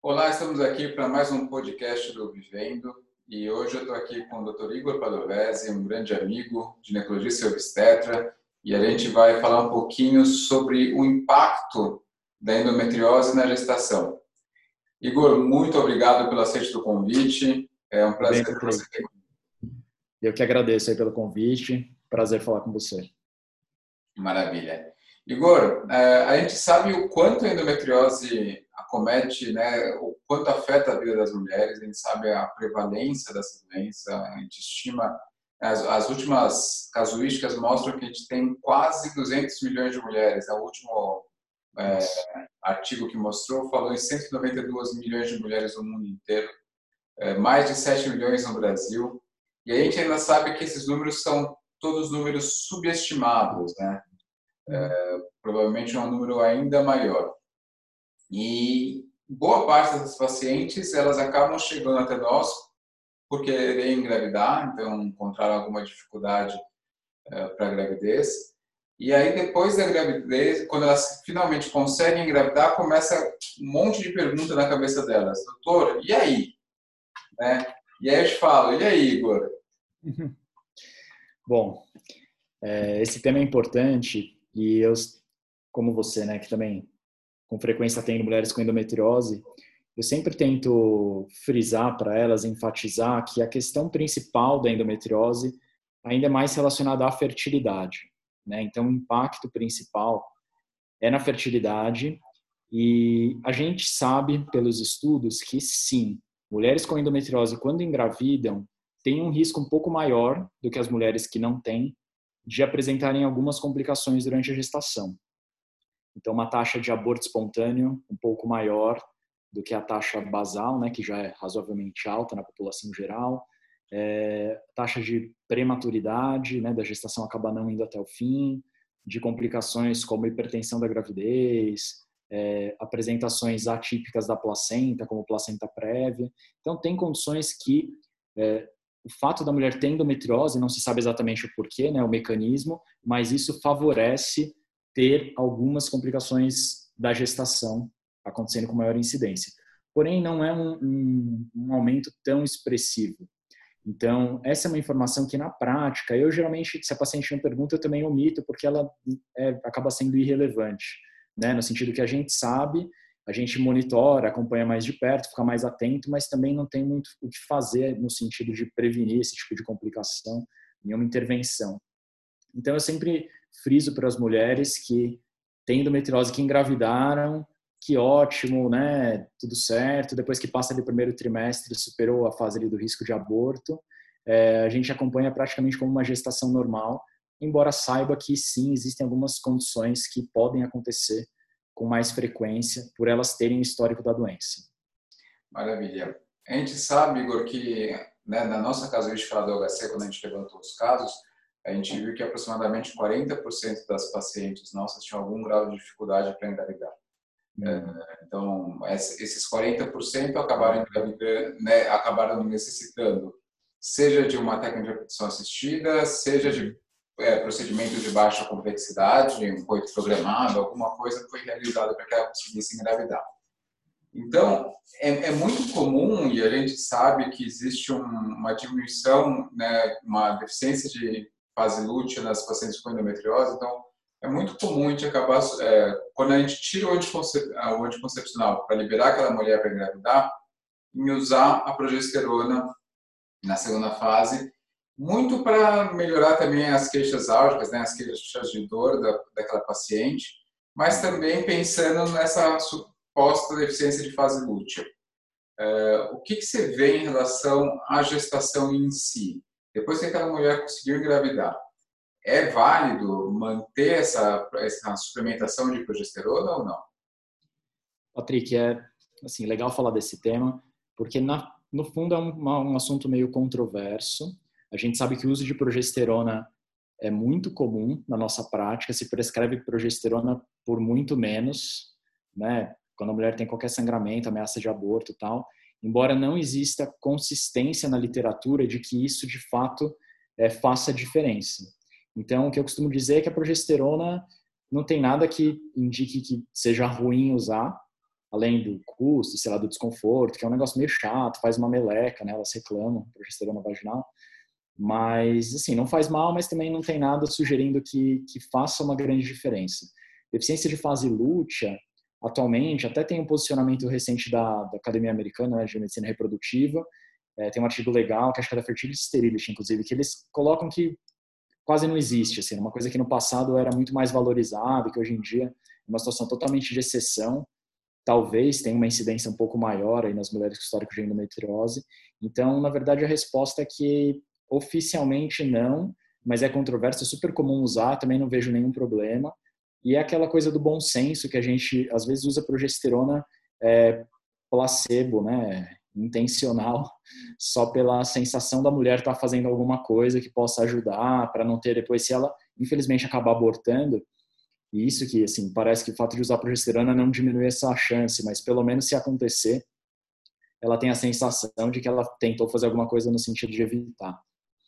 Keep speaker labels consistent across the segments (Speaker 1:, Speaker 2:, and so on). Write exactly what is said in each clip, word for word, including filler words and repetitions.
Speaker 1: Olá, estamos aqui para mais um podcast do Vivendo e hoje eu estou aqui com o doutor Igor Padovese, um grande amigo, ginecologista e obstetra, e a gente vai falar um pouquinho sobre o impacto da endometriose na gestação. Igor, muito obrigado pelo aceite do convite, é um prazer ter você aqui.
Speaker 2: Eu que agradeço aí pelo convite, prazer falar com você.
Speaker 1: Maravilha. Igor, a gente sabe o quanto a endometriose acomete, né, o quanto afeta a vida das mulheres, a gente sabe a prevalência dessa doença, a gente estima, as, as últimas casuísticas mostram que a gente tem quase duzentos milhões de mulheres, o último é, artigo que mostrou falou em cento e noventa e dois milhões de mulheres no mundo inteiro, é, mais de sete milhões no Brasil, e a gente ainda sabe que esses números são todos números subestimados, né? É, provavelmente é um número ainda maior. E boa parte dessas pacientes, elas acabam chegando até nós por querer engravidar, então encontrar alguma dificuldade é, para a gravidez. E aí depois da gravidez, quando elas finalmente conseguem engravidar, começa um monte de pergunta na cabeça delas. Doutor, e aí? Né? E aí eu te falo, e aí, Igor?
Speaker 2: Bom, é, esse tema é importante e eu, como você, né, que também com frequência tem mulheres com endometriose, eu sempre tento frisar para elas, enfatizar que a questão principal da endometriose ainda é mais relacionada à fertilidade, né? Então, o impacto principal é na fertilidade e a gente sabe pelos estudos que sim, mulheres com endometriose, quando engravidam, têm um risco um pouco maior do que as mulheres que não têm de apresentarem algumas complicações durante a gestação. Então, uma taxa de aborto espontâneo um pouco maior do que a taxa basal, né, que já é razoavelmente alta na população geral. É, taxa de prematuridade, né, da gestação acabar não indo até o fim, de complicações como hipertensão da gravidez, é, apresentações atípicas da placenta, como placenta prévia. Então, tem condições que é, o fato da mulher ter endometriose, não se sabe exatamente o porquê, né, o mecanismo, mas isso favorece ter algumas complicações da gestação acontecendo com maior incidência. Porém, não é um, um, um aumento tão expressivo. Então, essa é uma informação que, na prática, eu geralmente, se a paciente me pergunta, eu também omito, porque ela é, acaba sendo irrelevante, né? No sentido que a gente sabe, a gente monitora, acompanha mais de perto, fica mais atento, mas também não tem muito o que fazer no sentido de prevenir esse tipo de complicação, nenhuma intervenção. Então, eu sempre friso para as mulheres que têm endometriose, que engravidaram, que ótimo, né? Tudo certo. Depois que passa ali o primeiro trimestre, superou a fase ali do risco de aborto, é, a gente acompanha praticamente como uma gestação normal, embora saiba que sim, existem algumas condições que podem acontecer com mais frequência por elas terem o histórico da doença.
Speaker 1: Maravilha. A gente sabe, Igor, que né, na nossa casuística do H C, quando a gente levantou os casos, a gente viu que aproximadamente quarenta por cento das pacientes nossas tinham algum grau de dificuldade para engravidar. Hum. Então, esses quarenta por cento acabaram, né, acabaram necessitando, seja de uma técnica de reprodução assistida, seja de é, procedimentos de baixa complexidade, um coito programado, alguma coisa que foi realizada para que ela conseguisse engravidar. Então, é, é muito comum, e a gente sabe que existe um, uma diminuição, né, uma deficiência de fase lútea nas pacientes com endometriose. Então, é muito comum a gente acabar, é, quando a gente tira o anticoncepcional para liberar aquela mulher para engravidar, em usar a progesterona na segunda fase, muito para melhorar também as queixas álgicas, né, as queixas de dor da, daquela paciente, mas também pensando nessa suposta deficiência de fase lútea. É, o que, que você vê em relação à gestação em si? Depois que aquela mulher conseguiu engravidar, é válido manter essa, essa suplementação de progesterona ou não?
Speaker 2: Patrick, é assim, legal falar desse tema, porque na, no fundo é um, um assunto meio controverso. A gente sabe que o uso de progesterona é muito comum na nossa prática, se prescreve progesterona por muito menos, né? Quando a mulher tem qualquer sangramento, ameaça de aborto e tal, embora não exista consistência na literatura de que isso de fato é, faça diferença. Então, o que eu costumo dizer é que a progesterona não tem nada que indique que seja ruim usar, além do custo, sei lá, do desconforto, que é um negócio meio chato, faz uma meleca, né? Elas reclamam, progesterona vaginal. Mas, assim, não faz mal, mas também não tem nada sugerindo que, que faça uma grande diferença. Deficiência de fase lútea, atualmente, até tem um posicionamento recente da, da Academia Americana, né, de Medicina Reprodutiva, é, tem um artigo legal, que acho que é da Fertility Sterility, inclusive, que eles colocam que quase não existe, assim, uma coisa que no passado era muito mais valorizada, que hoje em dia é uma situação totalmente de exceção, talvez tenha uma incidência um pouco maior aí nas mulheres com histórico de endometriose. Então, na verdade, a resposta é que oficialmente não, mas é controverso, é super comum usar, também não vejo nenhum problema. E é aquela coisa do bom senso que a gente, às vezes, usa progesterona é, placebo, né? Intencional, só pela sensação da mulher estar fazendo alguma coisa que possa ajudar, para não ter depois, se ela, infelizmente, acabar abortando. E isso que, assim, parece que o fato de usar progesterona não diminui essa chance, mas pelo menos se acontecer, ela tem a sensação de que ela tentou fazer alguma coisa no sentido de evitar.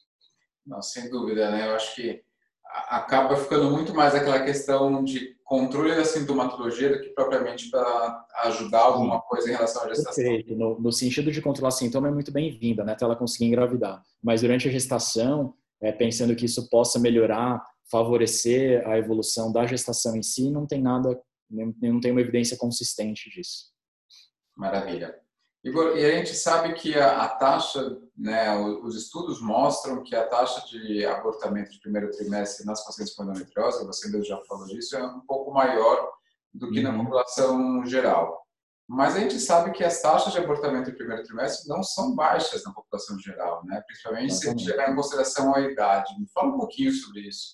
Speaker 1: Não, sem dúvida, né? Eu acho que acaba ficando muito mais aquela questão de controle da sintomatologia do que propriamente para ajudar alguma coisa em relação à gestação.
Speaker 2: Perfeito. No, no sentido de controlar sintoma é muito bem-vinda, né? Até ela conseguir engravidar. Mas durante a gestação, é, pensando que isso possa melhorar, favorecer a evolução da gestação em si, não tem nada, não tem uma evidência consistente disso.
Speaker 1: Maravilha. Igor, e a gente sabe que a, a taxa, né, os estudos mostram que a taxa de abortamento de primeiro trimestre nas pacientes com endometriose, você mesmo já falou disso, é um pouco maior do que
Speaker 2: Uhum.
Speaker 1: na população geral. Mas a gente sabe que as taxas de abortamento de primeiro trimestre não são baixas na população geral, né? Principalmente Exatamente. Se levar em consideração a idade. Me fala um pouquinho sobre isso.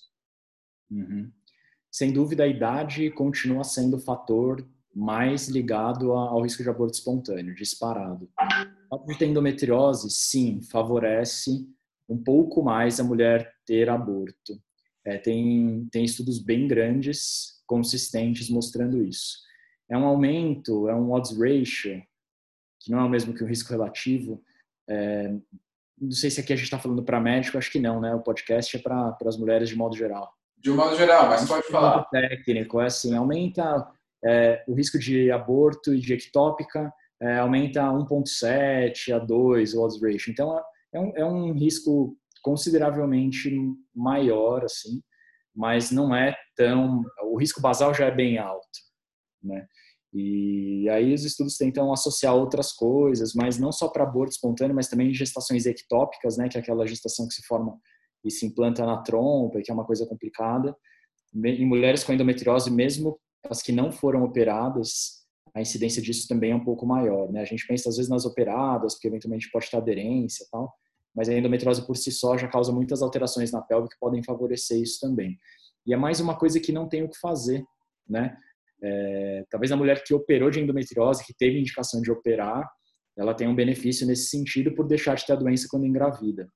Speaker 2: Uhum. Sem dúvida, a idade continua sendo o fator mais ligado ao risco de aborto espontâneo, disparado. O fato de ter endometriose, sim, favorece um pouco mais a mulher ter aborto. É, tem, tem estudos bem grandes, consistentes, mostrando isso. É um aumento, é um odds ratio, que não é o mesmo que o risco relativo. É, não sei se aqui a gente está falando para médico, acho que não, né? O podcast é para as mulheres de modo geral.
Speaker 1: De um modo geral, mas pode falar.
Speaker 2: Muito técnico, é assim, aumenta é, o risco de aborto e de ectópica, é, aumenta um vírgula sete a dois o odds ratio. Então, é um, é um risco consideravelmente maior, assim, mas não é tão... O risco basal já é bem alto, né? E aí os estudos tentam associar outras coisas, mas não só para aborto espontâneo, mas também gestações ectópicas, né? Que é aquela gestação que se forma e se implanta na trompa, que é uma coisa complicada. Em mulheres com endometriose, mesmo as que não foram operadas, a incidência disso também é um pouco maior, né? A gente pensa às vezes nas operadas, porque eventualmente pode ter aderência e tal, mas a endometriose por si só já causa muitas alterações na pelve que podem favorecer isso também. E é mais uma coisa que não tem o que fazer, né? É, talvez a mulher que operou de endometriose, que teve indicação de operar, ela tenha um benefício nesse sentido por deixar de ter a doença quando engravida.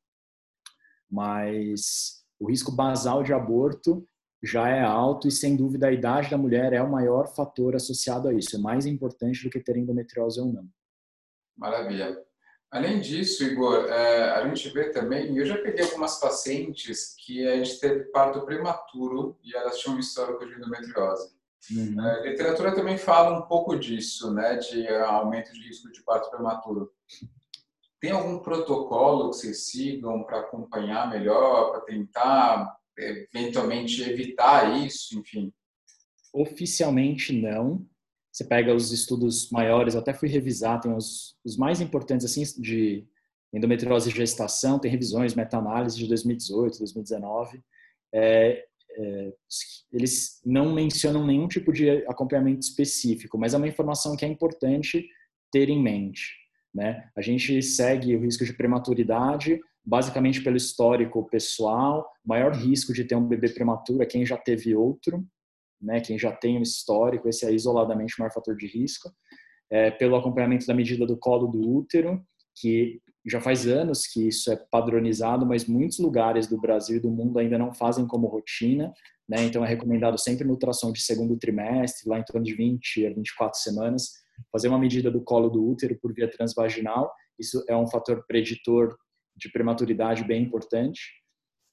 Speaker 2: Mas o risco basal de aborto já é alto e, sem dúvida, a idade da mulher é o maior fator associado a isso. É mais importante do que ter endometriose ou não.
Speaker 1: Maravilha. Além disso, Igor, a gente vê também, eu já peguei algumas pacientes que a gente teve parto prematuro e elas tinham um histórico de endometriose. Uhum. A literatura também fala um pouco disso, né, de aumento de risco de parto prematuro. Tem algum protocolo que vocês sigam para acompanhar melhor, para tentar eventualmente evitar isso, enfim?
Speaker 2: Oficialmente não. Você pega os estudos maiores, eu até fui revisar, tem os, os mais importantes assim de endometriose e gestação, tem revisões, meta-análise de dois mil e dezoito, dois mil e dezenove. É, é, eles não mencionam nenhum tipo de acompanhamento específico, mas é uma informação que é importante ter em mente, né? A gente segue o risco de prematuridade basicamente pelo histórico pessoal. O maior risco de ter um bebê prematuro é quem já teve outro, né? Quem já tem um histórico, esse é isoladamente o maior fator de risco. É, pelo acompanhamento da medida do colo do útero, que já faz anos que isso é padronizado, mas muitos lugares do Brasil e do mundo ainda não fazem como rotina, né? Então é recomendado sempre no ultrassom de segundo trimestre, lá em torno de vinte a vinte e quatro semanas, fazer uma medida do colo do útero por via transvaginal. Isso é um fator preditor de prematuridade bem importante.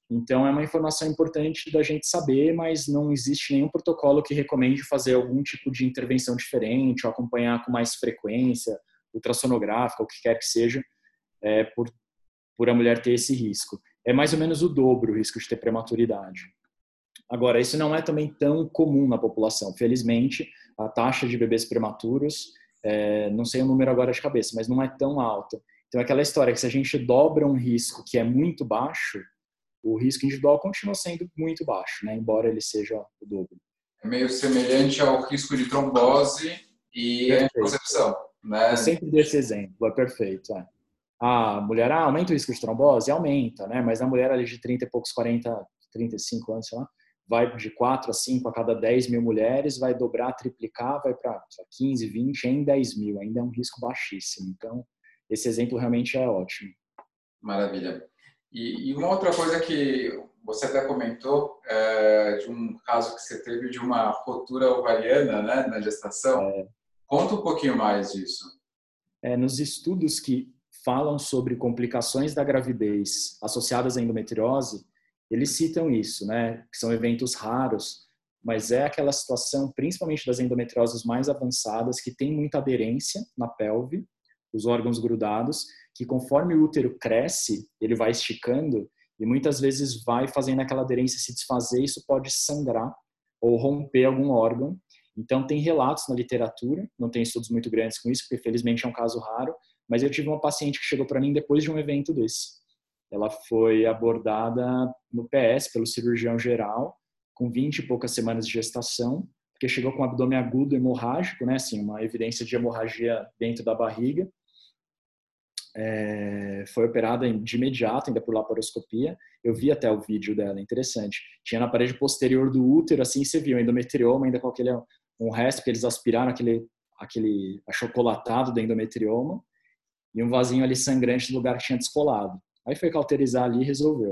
Speaker 2: Então, é uma informação importante da gente saber, mas não existe nenhum protocolo que recomende fazer algum tipo de intervenção diferente ou acompanhar com mais frequência, ultrassonográfica, o que quer que seja, é, por, por a mulher ter esse risco. É mais ou menos o dobro o risco de ter prematuridade. Agora, isso não é também tão comum na população. Felizmente, a taxa de bebês prematuros, é, não sei o número agora de cabeça, mas não é tão alta. Então, é aquela história que se a gente dobra um risco que é muito baixo, o risco individual continua sendo muito baixo, né? Embora ele seja o dobro.
Speaker 1: É meio semelhante ao risco de trombose e anticoncepção, né?
Speaker 2: Eu sempre dou esse exemplo, é perfeito. É. A mulher, ah, aumenta o risco de trombose? Aumenta, né? Mas a mulher ali de trinta e poucos, quarenta, trinta e cinco anos, sei lá, vai de quatro a cinco a cada dez mil mulheres, vai dobrar, triplicar, vai para quinze, vinte em dez mil. Ainda é um risco baixíssimo. Então, esse exemplo realmente é ótimo.
Speaker 1: Maravilha. E, e uma outra coisa que você até comentou, é, de um caso que você teve de uma rotura ovariana, né, na gestação. É, Conta um pouquinho mais disso.
Speaker 2: É, nos estudos que falam sobre complicações da gravidez associadas à endometriose, eles citam isso, né, que são eventos raros, mas é aquela situação, principalmente das endometrioses mais avançadas, que tem muita aderência na pelve, os órgãos grudados, que conforme o útero cresce, ele vai esticando e muitas vezes vai fazendo aquela aderência se desfazer, isso pode sangrar ou romper algum órgão. Então tem relatos na literatura, não tem estudos muito grandes com isso, porque felizmente é um caso raro, mas eu tive uma paciente que chegou para mim depois de um evento desse. Ela foi abordada no P S pelo cirurgião geral, com vinte e poucas semanas de gestação, porque chegou com um abdômen agudo hemorrágico, né, assim, uma evidência de hemorragia dentro da barriga. É, foi operada de imediato, ainda por laparoscopia. Eu vi até o vídeo dela, interessante. Tinha na parede posterior do útero, assim, você viu, endometrioma, ainda com aquele, um resto, que eles aspiraram aquele, aquele achocolatado do endometrioma, e um vasinho ali sangrante no lugar que tinha descolado. Aí foi cauterizar ali e resolveu.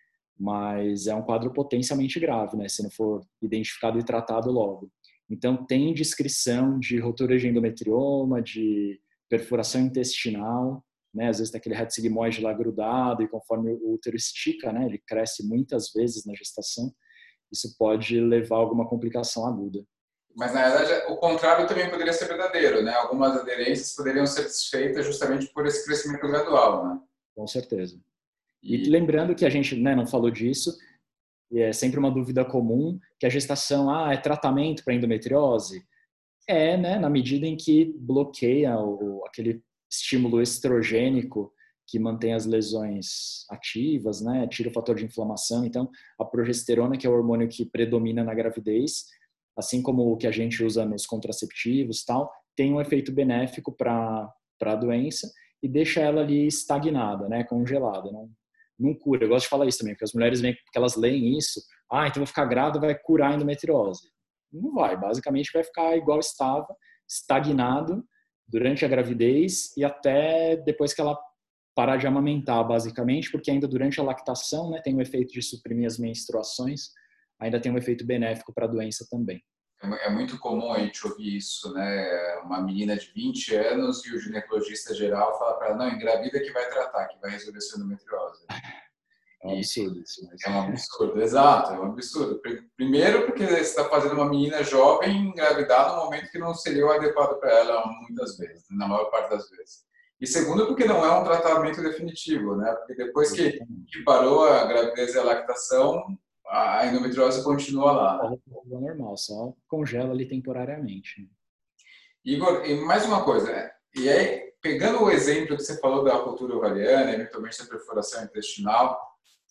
Speaker 2: Mas é um quadro potencialmente grave, né, se não for identificado e tratado logo. Então, tem descrição de rotura de endometrioma, de perfuração intestinal, né? Às vezes tem aquele reto sigmoide lá grudado e conforme o útero estica, né? Ele cresce muitas vezes na gestação. Isso pode levar a alguma complicação aguda.
Speaker 1: Mas, na verdade, o contrário também poderia ser verdadeiro, né? Algumas aderências poderiam ser desfeitas justamente por esse crescimento gradual, né?
Speaker 2: Com certeza. E, e lembrando que a gente, né, não falou disso, e é sempre uma dúvida comum, que a gestação, ah, é tratamento para endometriose? É, né, na medida em que bloqueia o, aquele estímulo estrogênico que mantém as lesões ativas, né, tira o fator de inflamação. Então, a progesterona, que é o hormônio que predomina na gravidez, assim como o que a gente usa nos contraceptivos, tal, tem um efeito benéfico para a doença e deixa ela ali estagnada, né, congelada. Não, não cura. Eu gosto de falar isso também, porque as mulheres vêm, porque elas leem isso, ah, então vou ficar grávida, vai curar a endometriose. Não vai, basicamente vai ficar igual estava, estagnado durante a gravidez e até depois que ela parar de amamentar, basicamente, porque ainda durante a lactação, né, tem um efeito de suprimir as menstruações, ainda tem um efeito benéfico para a doença também.
Speaker 1: É muito comum a gente ouvir isso, né? Uma menina de vinte anos e o ginecologista geral fala para ela, não, engravida que vai tratar, que vai resolver sua endometriose.
Speaker 2: É um absurdo isso. Mas...
Speaker 1: É um absurdo, exato, é um absurdo. Primeiro porque você está fazendo uma menina jovem engravidar num momento que não seria o adequado para ela muitas vezes, na maior parte das vezes. E segundo porque não é um tratamento definitivo, né? Porque depois que, que parou a gravidez e a lactação, a endometriose continua lá.
Speaker 2: É normal, só congela ali temporariamente.
Speaker 1: Igor, e mais uma coisa, né? E aí, pegando o exemplo que você falou da rotura ovariana, eventualmente da perfuração intestinal,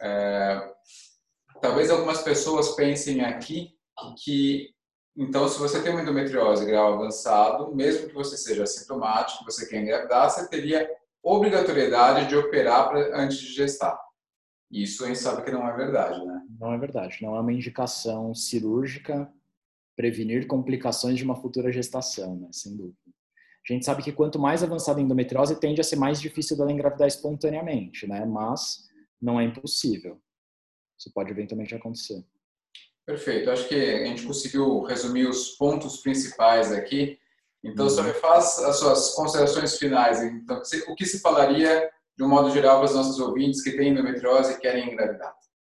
Speaker 1: é, talvez algumas pessoas pensem aqui que, então, se você tem uma endometriose grau avançado, mesmo que você seja assintomático, você quer engravidar, você teria obrigatoriedade de operar pra, antes de gestar. Isso a gente sabe que não é verdade, né?
Speaker 2: Não é verdade. Não é uma indicação cirúrgica prevenir complicações de uma futura gestação, né? Sem dúvida. A gente sabe que quanto mais avançada a endometriose, tende a ser mais difícil dela engravidar espontaneamente, né? Mas não é impossível. Isso pode eventualmente acontecer.
Speaker 1: Perfeito. Acho que a gente conseguiu resumir os pontos principais aqui. Então, uhum. Só me faz as suas considerações finais. Então, o que se falaria, de um modo geral, para os nossos ouvintes que têm endometriose e querem engravidar?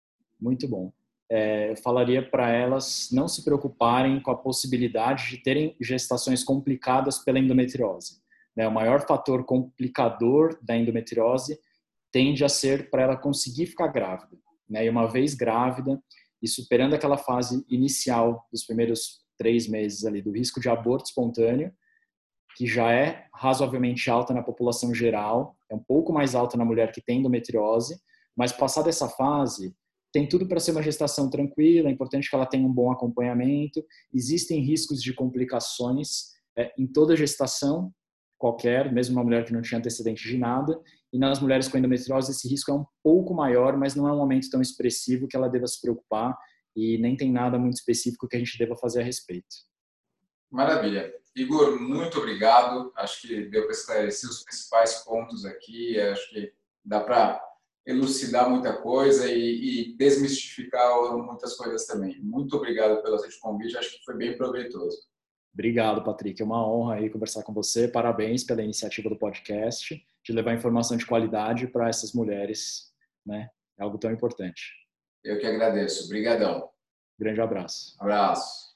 Speaker 2: Muito bom. É, eu falaria para elas não se preocuparem com a possibilidade de terem gestações complicadas pela endometriose. Né? O maior fator complicador da endometriose tende a ser para ela conseguir ficar grávida. Né? E uma vez grávida e superando aquela fase inicial dos primeiros três meses ali do risco de aborto espontâneo, que já é razoavelmente alta na população geral, é um pouco mais alta na mulher que tem endometriose, mas passada essa fase, tem tudo para ser uma gestação tranquila, é importante que ela tenha um bom acompanhamento, existem riscos de complicações é, em toda gestação, qualquer, mesmo uma mulher que não tinha antecedente de nada, e nas mulheres com endometriose esse risco é um pouco maior, mas não é um aumento tão expressivo que ela deva se preocupar e nem tem nada muito específico que a gente deva fazer a respeito.
Speaker 1: Maravilha. Igor, muito obrigado. Acho que deu para esclarecer os principais pontos aqui. Acho que dá para elucidar muita coisa e, e desmistificar muitas coisas também. Muito obrigado pelo seu convite. Acho que foi bem proveitoso.
Speaker 2: Obrigado, Patrick. É uma honra aí conversar com você. Parabéns pela iniciativa do podcast, de levar informação de qualidade para essas mulheres, né? É algo tão importante.
Speaker 1: Eu que agradeço. Obrigadão.
Speaker 2: Grande abraço.
Speaker 1: Abraço.